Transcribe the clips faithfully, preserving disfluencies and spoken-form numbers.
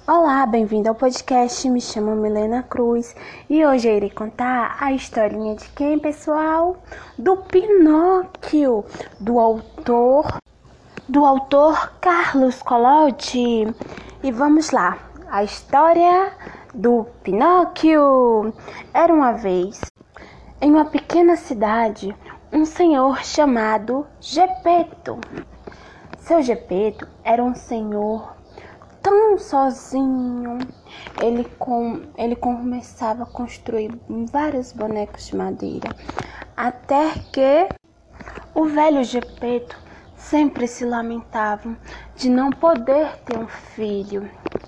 Olá, bem-vindo ao podcast. Me chamo Milena Cruz e hoje eu irei contar a historinha de quem, pessoal? Do Pinóquio, do autor, do autor Carlos Collodi. E vamos lá, a história do Pinóquio. Era uma vez, em uma pequena cidade, um senhor chamado Gepeto. Seu Gepeto era um senhor tão sozinho. Ele, com, ele começava a construir vários bonecos de madeira, até que o velho Gepeto sempre se lamentava de não poder ter um filho.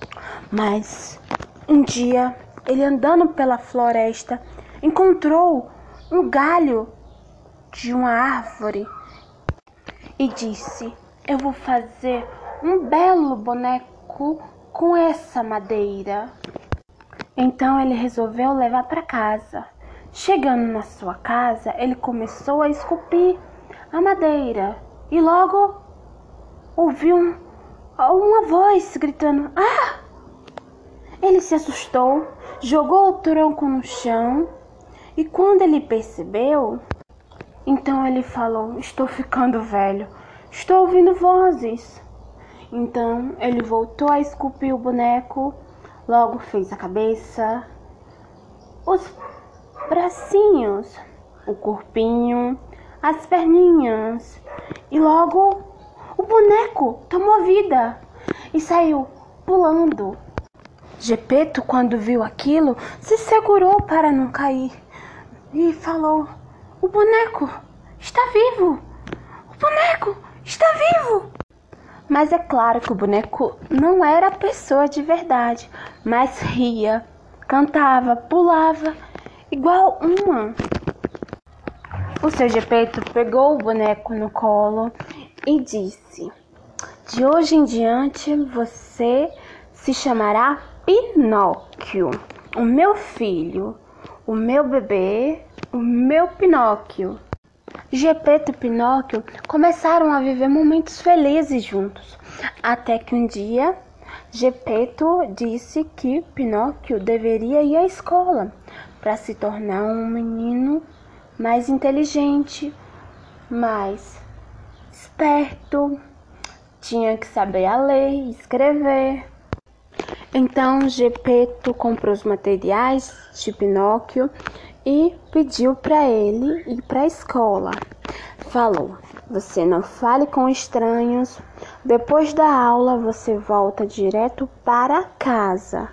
Mas um dia, ele andando pela floresta, encontrou um galho de uma árvore e disse: eu vou fazer um belo boneco com essa madeira. Então ele resolveu levar para casa. Chegando na sua casa, ele começou a esculpir a madeira e logo ouviu um, uma voz gritando: ah! Ele se assustou, jogou o tronco no chão e quando ele percebeu, então ele falou: estou ficando velho, estou ouvindo vozes. Então ele voltou a esculpir o boneco, logo fez a cabeça, os bracinhos, o corpinho, as perninhas e logo o boneco tomou vida e saiu pulando. Gepeto, quando viu aquilo, se segurou para não cair e falou: o boneco está vivo! O boneco está vivo! Mas é claro que o boneco não era a pessoa de verdade, mas ria, cantava, pulava, igual uma. O seu Gepeto pegou o boneco no colo e disse: de hoje em diante você se chamará Pinóquio, o meu filho, o meu bebê, o meu Pinóquio. Gepeto e Pinóquio começaram a viver momentos felizes juntos, até que um dia Gepeto disse que Pinóquio deveria ir à escola para se tornar um menino mais inteligente, mais esperto, tinha que saber a ler e escrever. Então Gepeto comprou os materiais de Pinóquio e pediu para ele ir para a escola. Falou: você não fale com estranhos, depois da aula você volta direto para casa.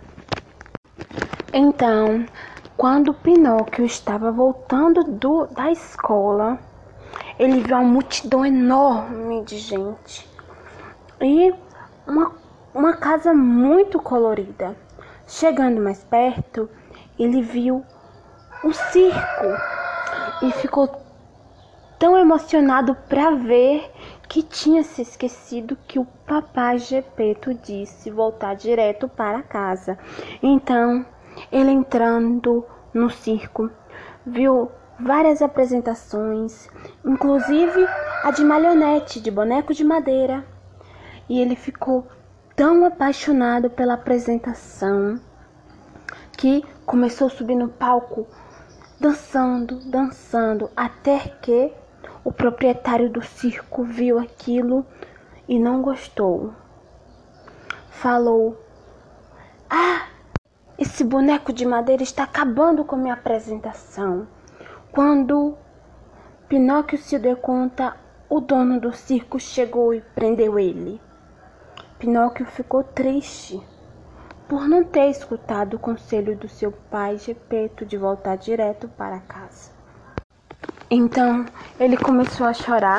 Então, quando Pinóquio estava voltando do, da escola, ele viu uma multidão enorme de gente e uma, uma casa muito colorida. Chegando mais perto, ele viu um circo e ficou tão emocionado para ver que tinha se esquecido que o papai Gepeto disse voltar direto para casa. Então, ele entrando no circo, viu várias apresentações, inclusive a de marionete, de boneco de madeira. E ele ficou tão apaixonado pela apresentação que começou a subir no palco dançando, dançando, até que o proprietário do circo viu aquilo e não gostou. Falou: ah, esse boneco de madeira está acabando com a minha apresentação. Quando Pinóquio se deu conta, o dono do circo chegou e prendeu ele. Pinóquio ficou triste por não ter escutado o conselho do seu pai Gepeto de voltar direto para casa. Então ele começou a chorar.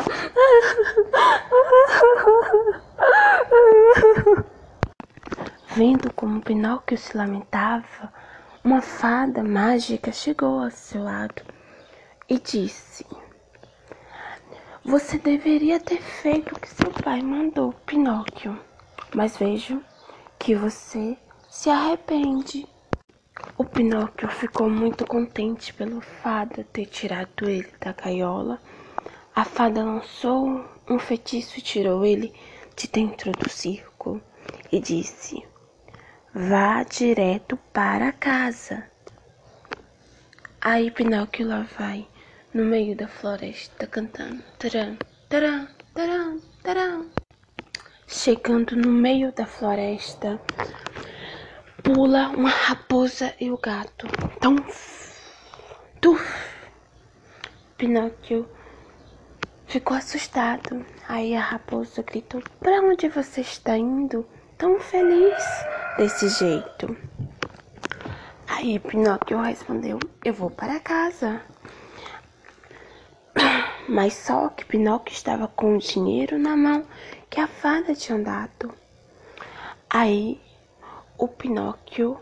Vendo como Pinóquio se lamentava, uma fada mágica chegou ao seu lado e disse: você deveria ter feito o que seu pai mandou, Pinóquio, mas vejo que você se arrepende. O Pinóquio ficou muito contente pelo fada ter tirado ele da gaiola. A fada lançou um feitiço e tirou ele de dentro do circo e disse: vá direto para casa. Aí Pinóquio lá vai, no meio da floresta, cantando. Taram, taram, taram, taram. Chegando no meio da floresta, pula uma raposa e o gato. Então, tuf! Pinóquio ficou assustado. Aí a raposa gritou: "Para onde você está indo tão feliz desse jeito?" Aí Pinóquio respondeu: "Eu vou para casa." Mas só que Pinóquio estava com o dinheiro na mão que a fada tinha dado. Aí o Pinóquio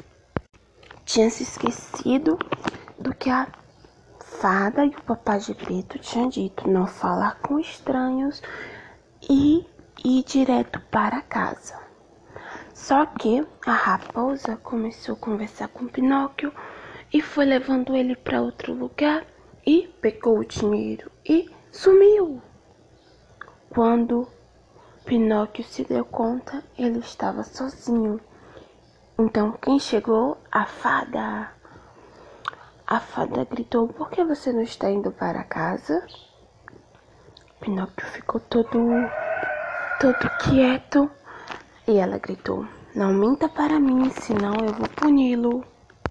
tinha se esquecido do que a fada e o papai Gepeto tinham dito: não falar com estranhos e ir direto para casa. Só que a raposa começou a conversar com Pinóquio e foi levando ele para outro lugar e pegou o dinheiro e sumiu. Quando Pinóquio se deu conta, ele estava sozinho. Então quem chegou? A fada. A fada gritou: "Por que você não está indo para casa?" Pinóquio ficou todo, todo quieto. E ela gritou: "Não minta para mim, senão eu vou puni-lo."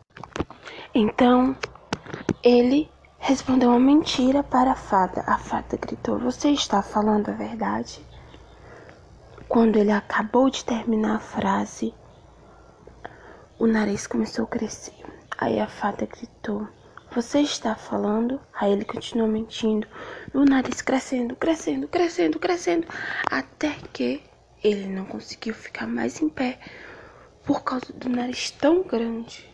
Então ele respondeu uma mentira para a fada. A fada gritou: "Você está falando a verdade?" Quando ele acabou de terminar a frase, o nariz começou a crescer. Aí a fada gritou: "Você está falando?" Aí ele continuou mentindo. O nariz crescendo, crescendo, crescendo, crescendo, até que ele não conseguiu ficar mais em pé por causa do nariz tão grande.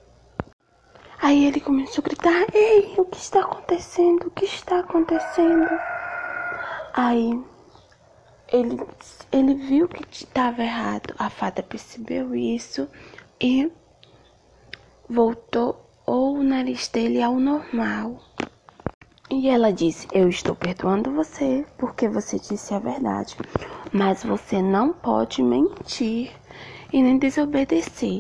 Aí ele começou a gritar: "Ei, o que está acontecendo? O que está acontecendo?" Aí ele, ele viu que estava errado. A fada percebeu isso e voltou o nariz dele ao normal. E ela disse: "Eu estou perdoando você porque você disse a verdade, mas você não pode mentir e nem desobedecer."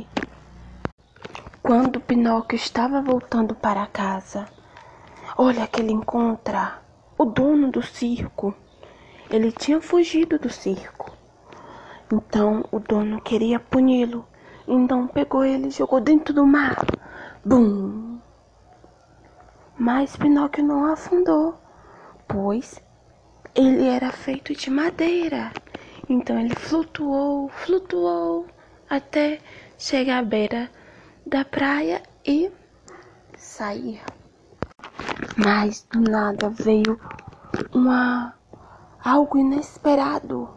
Quando Pinóquio estava voltando para casa, olha que ele encontra o dono do circo. Ele tinha fugido do circo. Então o dono queria puni-lo. Então pegou ele e jogou dentro do mar. Bum! Mas Pinóquio não afundou, pois ele era feito de madeira. Então ele flutuou, flutuou até chegar à beira da praia e sair. Mas do nada veio uma algo inesperado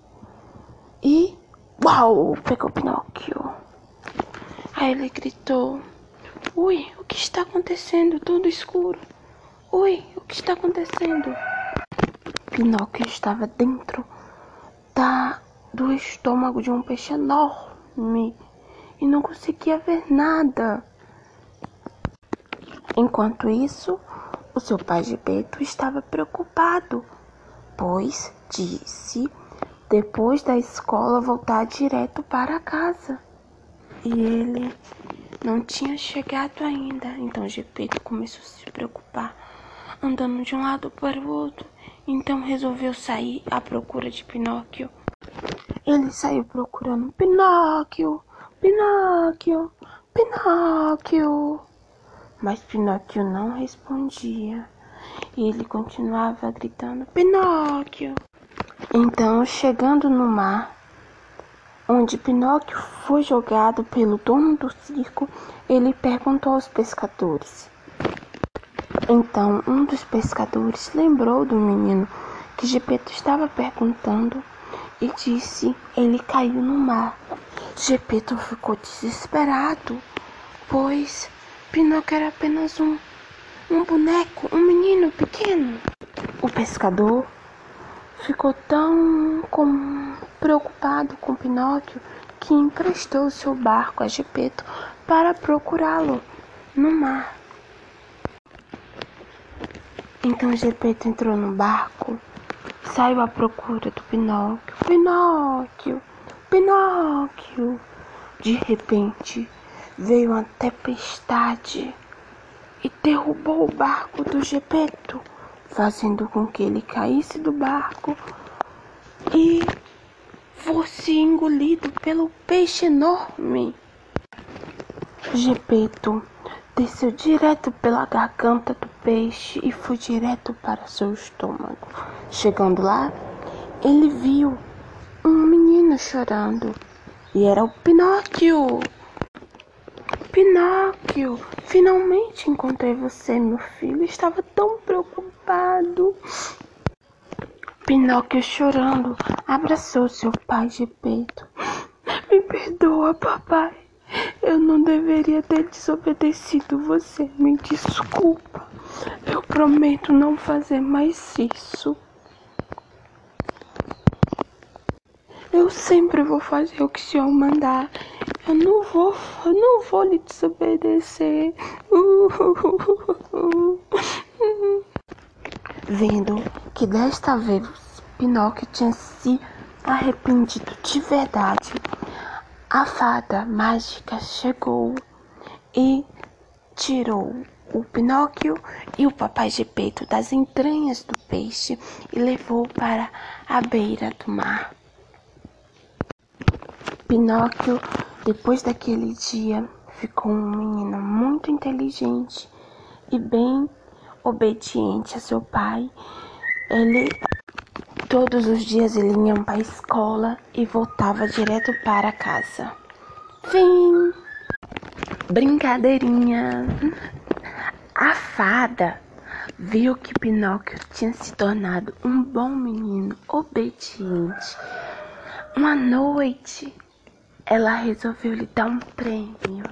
e uau, pegou Pinóquio. Aí ele gritou: "Ui, o que está acontecendo? Tudo escuro. Ui, o que está acontecendo?" Pinóquio estava dentro da, do estômago de um peixe enorme e não conseguia ver nada. Enquanto isso, o seu pai Gepeto estava preocupado, pois disse depois da escola voltar direto para casa. E ele não tinha chegado ainda. Então Gepeto começou a se preocupar, andando de um lado para o outro. Então resolveu sair à procura de Pinóquio. Ele saiu procurando Pinóquio, Pinóquio, Pinóquio. Mas Pinóquio não respondia. E ele continuava gritando: "Pinóquio!" Então, chegando no mar, onde Pinóquio foi jogado pelo dono do circo, ele perguntou aos pescadores. Então, um dos pescadores lembrou do menino que Gepeto estava perguntando e disse: "Ele caiu no mar." Gepeto ficou desesperado, pois Pinóquio era apenas um, um boneco, um menino pequeno. O pescador ficou tão com, preocupado com Pinóquio que emprestou seu barco a Gepeto para procurá-lo no mar. Então Gepeto entrou no barco, saiu à procura do Pinóquio. Pinóquio, Pinóquio. De repente, veio uma tempestade e derrubou o barco do Gepeto, fazendo com que ele caísse do barco e fosse engolido pelo peixe enorme. Gepeto desceu direto pela garganta do peixe e foi direto para seu estômago. Chegando lá, ele viu um menino chorando e era o Pinóquio. Pinóquio, finalmente encontrei você, meu filho. Estava tão preocupado. Pinóquio, chorando, abraçou seu pai Gepeto. Me perdoa, papai. Eu não deveria ter desobedecido você. Me desculpa. Eu prometo não fazer mais isso. Eu sempre vou fazer o que o senhor mandar. Eu não vou, eu não vou lhe desobedecer. Vendo que desta vez Pinóquio tinha se arrependido de verdade, a fada mágica chegou e tirou o Pinóquio e o papai Gepeto das entranhas do peixe e levou para a beira do mar. Pinóquio, depois daquele dia, ficou um menino muito inteligente e bem obediente a seu pai. Ele, todos os dias, ele ia para a escola e voltava direto para casa. Fim. Brincadeirinha. A fada viu que Pinóquio tinha se tornado um bom menino obediente. Uma noite, ela resolveu lhe dar um prêmio.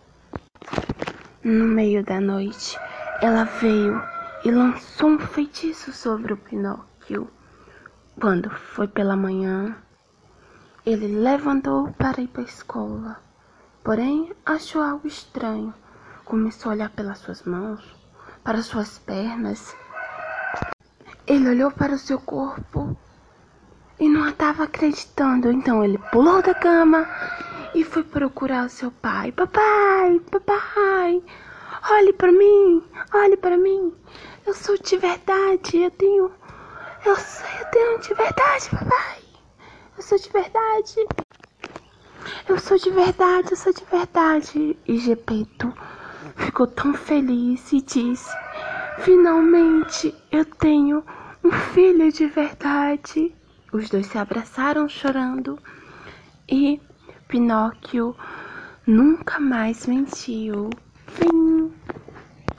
No meio da noite, ela veio e lançou um feitiço sobre o Pinóquio. Quando foi pela manhã, ele levantou para ir para a escola. Porém, achou algo estranho. Começou a olhar pelas suas mãos, para suas pernas. Ele olhou para o seu corpo e não estava acreditando. Então ele pulou da cama e foi procurar o seu pai. Papai, papai, olhe para mim, olhe para mim. Eu sou de verdade, eu tenho, eu sou, eu tenho de verdade, papai. Eu sou de verdade. Eu sou de verdade, eu sou de verdade. E Gepeto ficou tão feliz e disse: finalmente eu tenho um filho de verdade. Os dois se abraçaram chorando e Pinóquio nunca mais mentiu. Fim.